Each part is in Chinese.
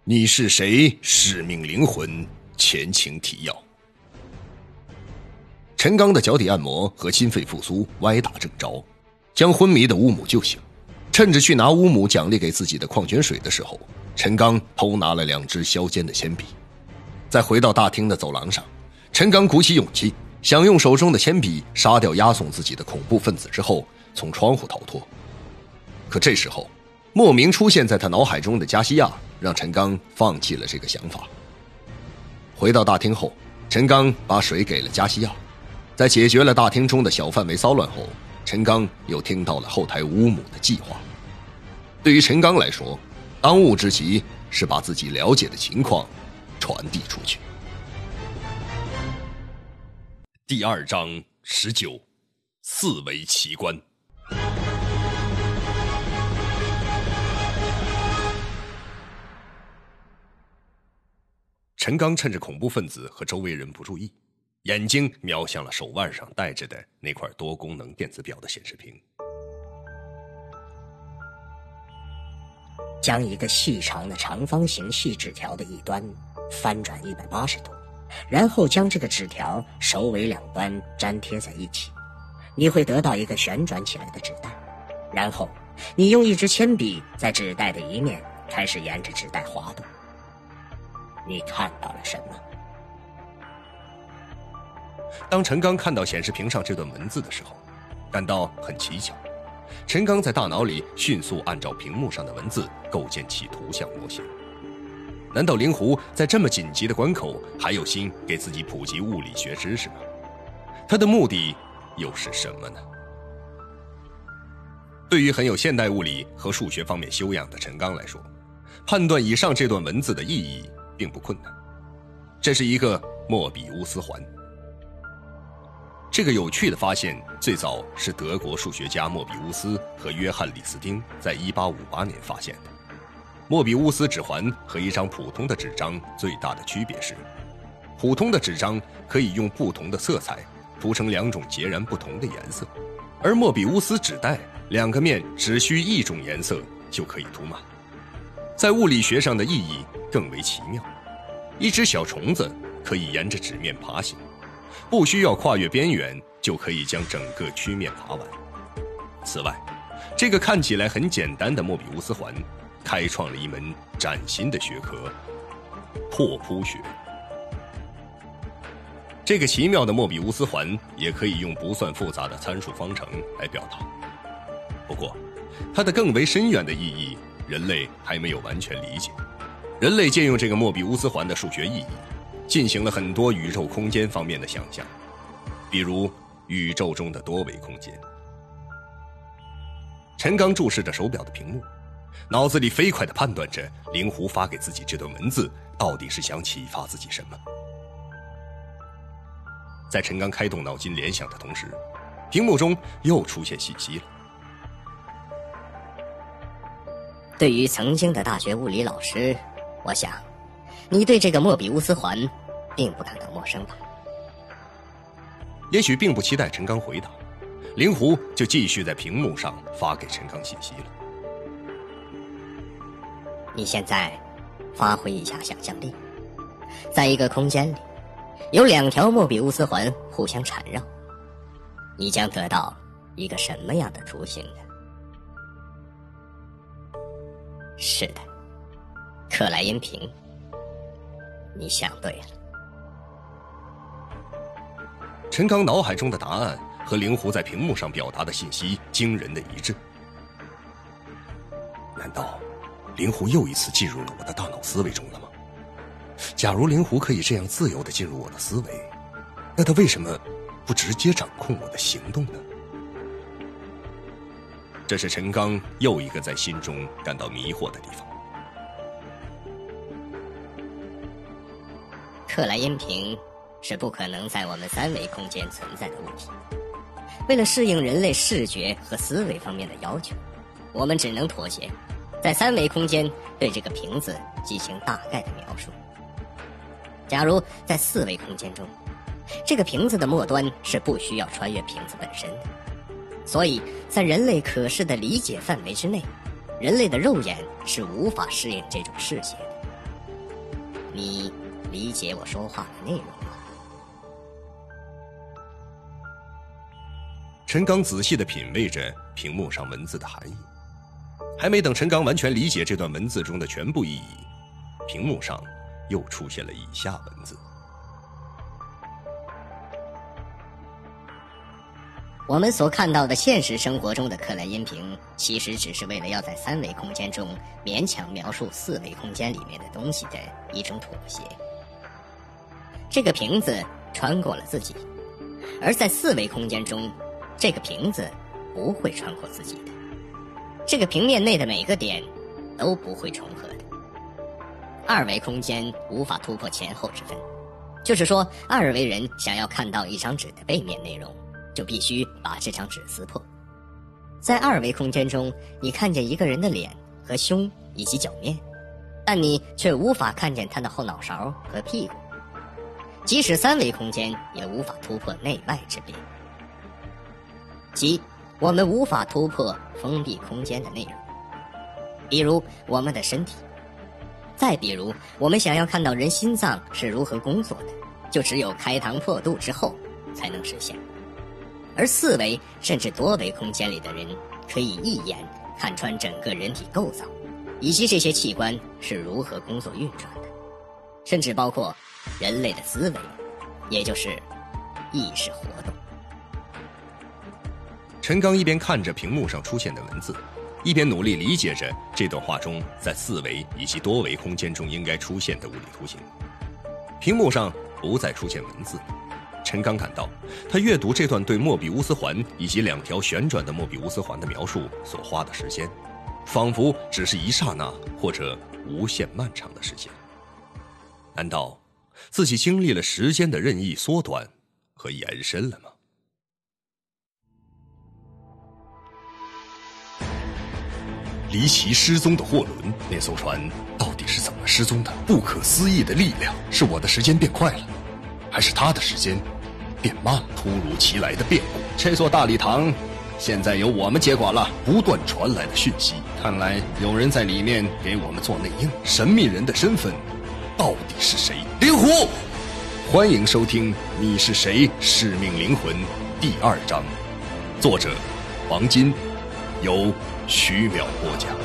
你是谁？使命灵魂前情提要。陈刚的脚底按摩和心肺复苏歪打正着，将昏迷的乌姆救醒。趁着去拿乌姆奖励给自己的矿泉水的时候，陈刚偷拿了2支削尖的铅笔。在回到大厅的走廊上，陈刚鼓起勇气，想用手中的铅笔杀掉押送自己的恐怖分子之后，从窗户逃脱。可这时候，莫名出现在他脑海中的加西亚让陈刚放弃了这个想法。回到大厅后，陈刚把水给了加西亚。在解决了大厅中的小范围骚乱后，陈刚又听到了后台乌姆的计划。对于陈刚来说，当务之急是把自己了解的情况传递出去。第2章19，四维奇观。陈刚趁着恐怖分子和周围人不注意，眼睛瞄向了手腕上戴着的那块多功能电子表的显示屏。 将一个细长的长方形细纸条的一端翻转180度，然后将这个纸条首尾两端粘贴在一起，你会得到一个旋转起来的纸带。然后你用一支铅笔在纸带的一面开始沿着纸带滑动。你看到了什么？ 当陈刚看到显示屏上这段文字的时候，感到很蹊跷。陈刚在大脑里迅速按照屏幕上的文字构建起图像模型。难道灵狐在这么紧急的关口还有心给自己普及物理学知识吗？他的目的又是什么呢？对于很有现代物理和数学方面修养的陈刚来说，判断以上这段文字的意义并不困难。这是一个莫比乌斯环。这个有趣的发现最早是德国数学家莫比乌斯和约翰·李斯丁在1858年发现的。莫比乌斯指环和一张普通的纸张最大的区别是，普通的纸张可以用不同的色彩涂成2种截然不同的颜色，而莫比乌斯纸带2个面只需1种颜色就可以涂满。在物理学上的意义更为奇妙，一只小虫子可以沿着纸面爬行，不需要跨越边缘就可以将整个曲面爬完。此外，这个看起来很简单的莫比乌斯环开创了一门崭新的学科——拓扑学。这个奇妙的莫比乌斯环也可以用不算复杂的参数方程来表达。不过，它的更为深远的意义，人类还没有完全理解。人类借用这个莫比乌斯环的数学意义，进行了很多宇宙空间方面的想象，比如宇宙中的多维空间。陈刚注视着手表的屏幕，脑子里飞快地判断着灵狐发给自己这段文字到底是想启发自己什么。在陈刚开动脑筋联想的同时，屏幕中又出现信息了。 对于曾经的大学物理老师，我想你对这个莫比乌斯环并不感到陌生吧？ 也许并不期待陈刚回答，灵狐就继续在屏幕上发给陈刚信息了。 你现在发挥一下想象力，在一个空间里有2条莫比乌斯环互相缠绕，你将得到一个什么样的图形呢？是的，克莱因瓶，你想对了。 陈刚脑海中的答案和灵狐在屏幕上表达的信息惊人的一致。难道灵狐又一次进入了我的大脑思维中了吗？假如灵狐可以这样自由地进入我的思维，那他为什么不直接掌控我的行动呢？这是陈刚又一个在心中感到迷惑的地方。 克莱因瓶是不可能在我们3维空间存在的物体。为了适应人类视觉和思维方面的要求，我们只能妥协，在3维空间对这个瓶子进行大概的描述。假如在4维空间中，这个瓶子的末端是不需要穿越瓶子本身的，所以在人类可视的理解范围之内，人类的肉眼是无法适应这种视觉的。 你理解我说话的内容吗？ 陈刚仔细地品味着屏幕上文字的含义，还没等陈刚完全理解这段文字中的全部意义，屏幕上又出现了以下文字： 我们所看到的现实生活中的克莱因屏，其实只是为了要在三维空间中勉强描述四维空间里面的东西的一种妥协。这个瓶子穿过了自己，而在四维空间中，这个瓶子不会穿过自己的。这个平面内的每个点都不会重合的。二维空间无法突破前后之分，就是说，二维人想要看到一张纸的背面内容，就必须把这张纸撕破。在二维空间中，你看见一个人的脸和胸以及脚面，但你却无法看见他的后脑勺和屁股。即使三维空间也无法突破内外之别，即我们无法突破封闭空间的内容，比如我们的身体，再比如我们想要看到人心脏是如何工作的，就只有开膛破肚之后才能实现。而四维甚至多维空间里的人，可以一眼看穿整个人体构造，以及这些器官是如何工作运转的，甚至包括人类的思维，也就是意识活动。 陈刚一边看着屏幕上出现的文字，一边努力理解着这段话中在四维以及多维空间中应该出现的物理图形。屏幕上不再出现文字，陈刚感到他阅读这段对莫比乌斯环以及两条旋转的莫比乌斯环的描述所花的时间，仿佛只是一刹那或者无限漫长的时间。难道自己经历了时间的任意缩短和延伸了吗？离奇失踪的货轮，那艘船到底是怎么失踪的？不可思议的力量，是我的时间变快了，还是他的时间变慢了？突如其来的变故，这座大礼堂现在由我们接管了。不断传来的讯息，看来有人在里面给我们做内应。神秘人的身份到底是谁？灵狐，欢迎收听《你是谁？使命灵魂》第2章，作者黄金，由徐淼播讲。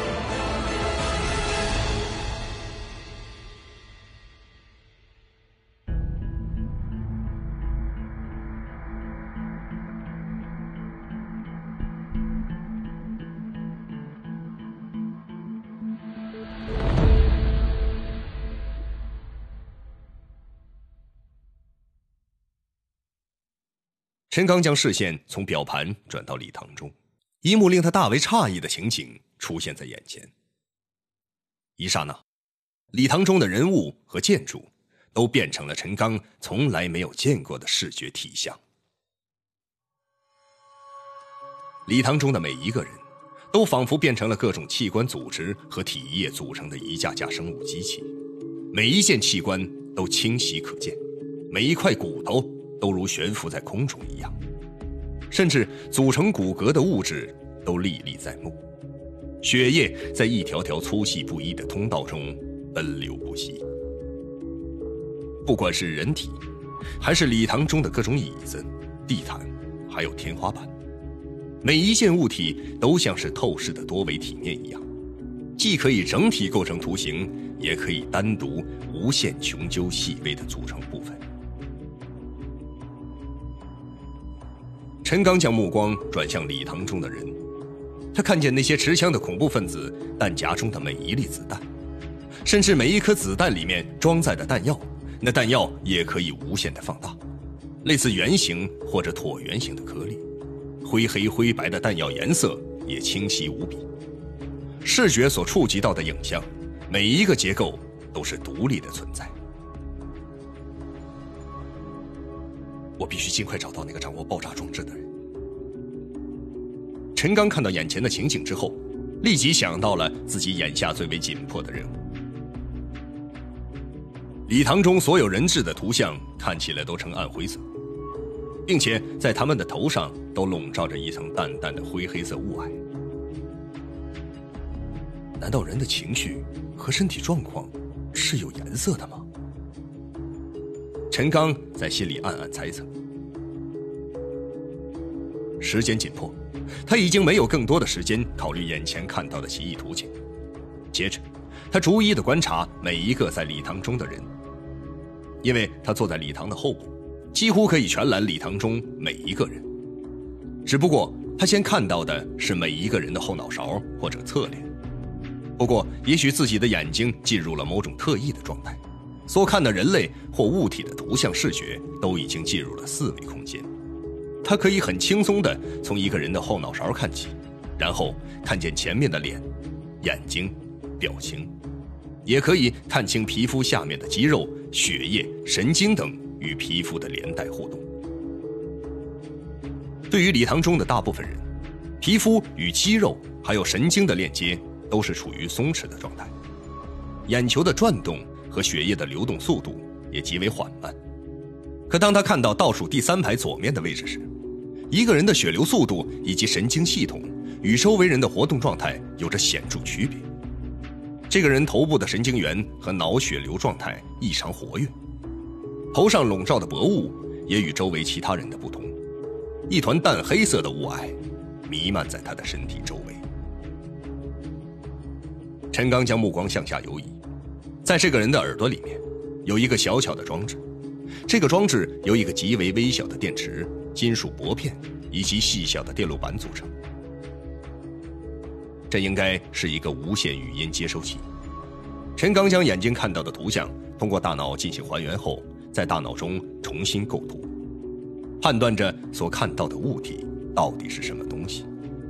陈刚将视线从表盘转到礼堂中，一幕令他大为诧异的情景出现在眼前。一刹那，礼堂中的人物和建筑都变成了陈刚从来没有见过的视觉体像。礼堂中的每一个人都仿佛变成了各种器官组织和体液组成的一架架生物机器，每一件器官都清晰可见，每一块骨头都如悬浮在空中一样，甚至组成骨骼的物质都历历在目，血液在一条条粗细不一的通道中奔流不息。不管是人体，还是礼堂中的各种椅子、地毯，还有天花板，每一件物体都像是透视的多维体面一样，既可以整体构成图形，也可以单独无限穷究细微的组成部分。陈刚将目光转向礼堂中的人，他看见那些持枪的恐怖分子弹夹中的每一粒子弹，甚至每一颗子弹里面装载的弹药，那弹药也可以无限的放大，类似圆形或者椭圆形的颗粒，灰黑灰白的弹药颜色也清晰无比。视觉所触及到的影像，每一个结构都是独立的存在。我必须尽快找到那个掌握爆炸装置的人。陈刚看到眼前的情景之后，立即想到了自己眼下最为紧迫的任务。礼堂中所有人质的图像看起来都呈暗灰色，并且在他们的头上都笼罩着一层淡淡的灰黑色雾霭。难道人的情绪和身体状况是有颜色的吗？陈刚在心里暗暗猜测。时间紧迫，他已经没有更多的时间考虑眼前看到的奇异图景。接着，他逐一地观察每一个在礼堂中的人，因为他坐在礼堂的后部，几乎可以全览礼堂中每一个人。只不过他先看到的是每一个人的后脑勺或者侧脸。不过也许自己的眼睛进入了某种特异的状态，所看的人类或物体的图像视觉都已经进入了4维空间。他可以很轻松地从一个人的后脑勺看起，然后看见前面的脸、眼睛、表情，也可以看清皮肤下面的肌肉、血液、神经等与皮肤的连带互动。对于礼堂中的大部分人，皮肤与肌肉还有神经的链接都是处于松弛的状态，眼球的转动和血液的流动速度也极为缓慢。可当他看到倒数第3排左面的位置时，一个人的血流速度以及神经系统与周围人的活动状态有着显著区别。这个人头部的神经元和脑血流状态异常活跃，头上笼罩的薄雾也与周围其他人的不同，一团淡黑色的雾霭弥漫在他的身体周围。陈刚将目光向下游移，在这个人的耳朵里面有一个小巧的装置，这个装置由一个极为微小的电池、金属薄片以及细小的电路板组成。这应该是一个无线语音接收器。陈刚将眼睛看到的图像通过大脑进行还原后，在大脑中重新构图，判断着所看到的物体到底是什么东西。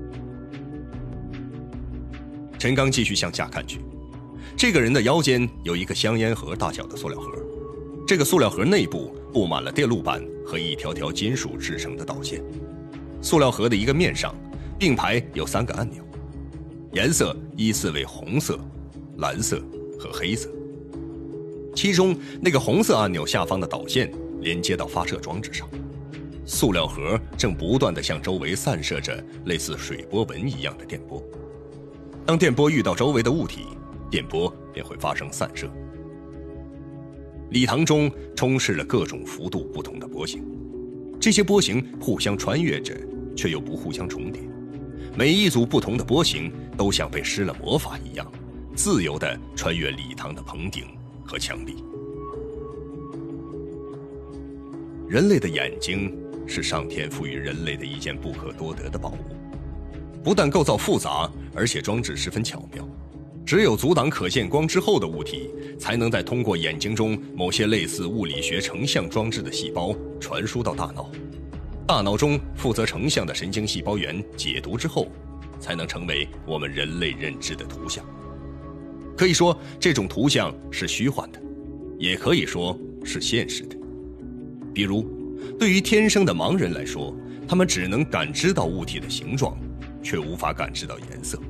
陈刚继续向下看去，这个人的腰间有一个香烟盒大小的塑料盒，这个塑料盒内部布满了电路板和一条条金属制成的导线。塑料盒的一个面上并排有3个按钮，颜色依次为红色、蓝色和黑色。其中那个红色按钮下方的导线连接到发射装置上，塑料盒正不断地向周围散射着类似水波纹一样的电波。当电波遇到周围的物体，电波便会发生散射。礼堂中充斥了各种幅度不同的波形，这些波形互相穿越着，却又不互相重叠。每一组不同的波形都像被施了魔法一样，自由地穿越礼堂的棚顶和墙壁。人类的眼睛是上天赋予人类的一件不可多得的宝物，不但构造复杂，而且装置十分巧妙。只有阻挡可见光之后的物体，才能再通过眼睛中某些类似物理学成像装置的细胞传输到大脑。大脑中负责成像的神经细胞源解读之后，才能成为我们人类认知的图像。可以说，这种图像是虚幻的，也可以说是现实的。比如，对于天生的盲人来说，他们只能感知到物体的形状，却无法感知到颜色。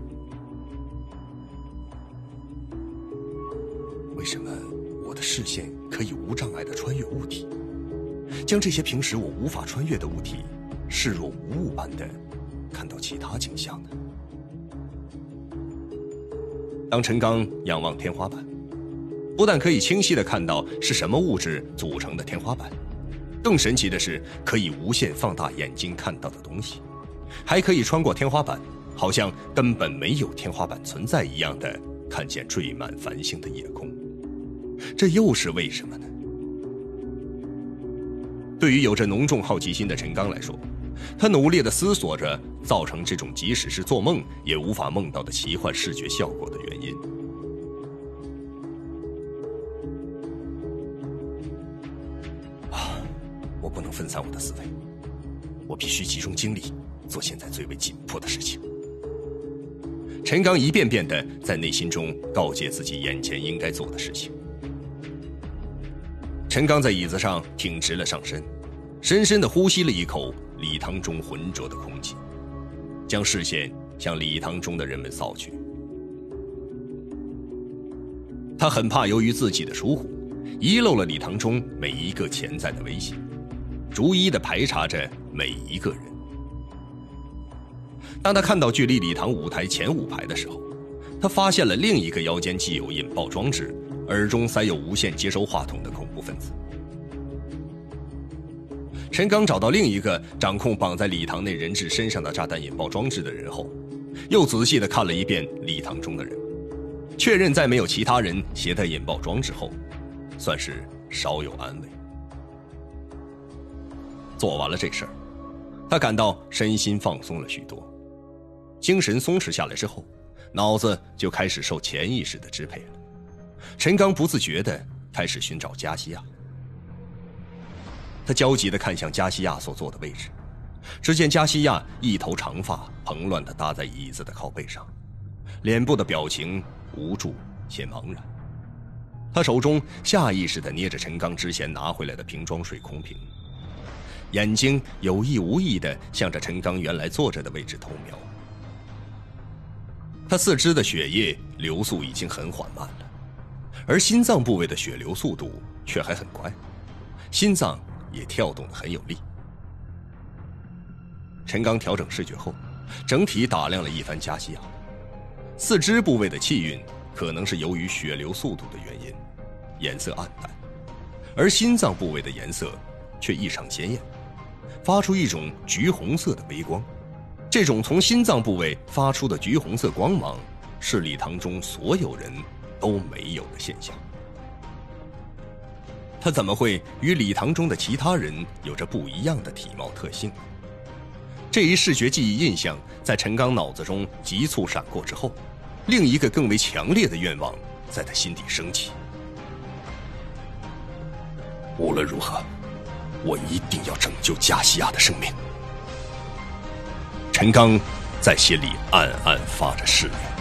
为什么我的视线可以无障碍地穿越物体，将这些平时我无法穿越的物体视若无物般地看到其他景象呢？当陈刚仰望天花板，不但可以清晰地看到是什么物质组成的天花板，更神奇的是可以无限放大眼睛看到的东西，还可以穿过天花板，好像根本没有天花板存在一样的看见缀满繁星的夜空。这又是为什么呢？对于有着浓重好奇心的陈刚来说，他努力地思索着造成这种即使是做梦也无法梦到的奇幻视觉效果的原因。我不能分散我的思维，我必须集中精力做现在最为紧迫的事情。陈刚一遍遍地在内心中告诫自己眼前应该做的事情。陈刚在椅子上挺直了上身，深深地呼吸了一口礼堂中浑浊的空气，将视线向礼堂中的人们扫去。他很怕由于自己的疏忽，遗漏了礼堂中每一个潜在的危险，逐一地排查着每一个人。当他看到距离礼堂舞台前5排的时候，他发现了另一个腰间系有引爆装置耳中塞有无线接收话筒的恐怖分子。陈刚找到另一个掌控绑在礼堂内人质身上的炸弹引爆装置的人后，又仔细地看了一遍礼堂中的人，确认在没有其他人携带引爆装置后，算是稍有安慰。做完了这事儿，他感到身心放松了许多，精神松弛下来之后，脑子就开始受潜意识的支配了。陈刚不自觉地开始寻找加西亚，他焦急地看向加西亚所坐的位置，只见加西亚一头长发蓬乱地搭在椅子的靠背上，脸部的表情无助且茫然。他手中下意识地捏着陈刚之前拿回来的瓶装水空瓶，眼睛有意无意地向着陈刚原来坐着的位置偷瞄。他四肢的血液流速已经很缓慢了，而心脏部位的血流速度却还很快，心脏也跳动得很有力。陈刚调整视觉后，整体打量了一番加西亚。四肢部位的气运可能是由于血流速度的原因，颜色暗淡，而心脏部位的颜色却异常鲜艳，发出一种橘红色的微光。这种从心脏部位发出的橘红色光芒，是礼堂中所有人都没有的现象。他怎么会与礼堂中的其他人有着不一样的体貌特性呢？这一视觉记忆印象在陈刚脑子中急速闪过之后，另一个更为强烈的愿望在他心底升起。无论如何，我一定要拯救加西亚的生命。陈刚在心里暗暗发着誓言。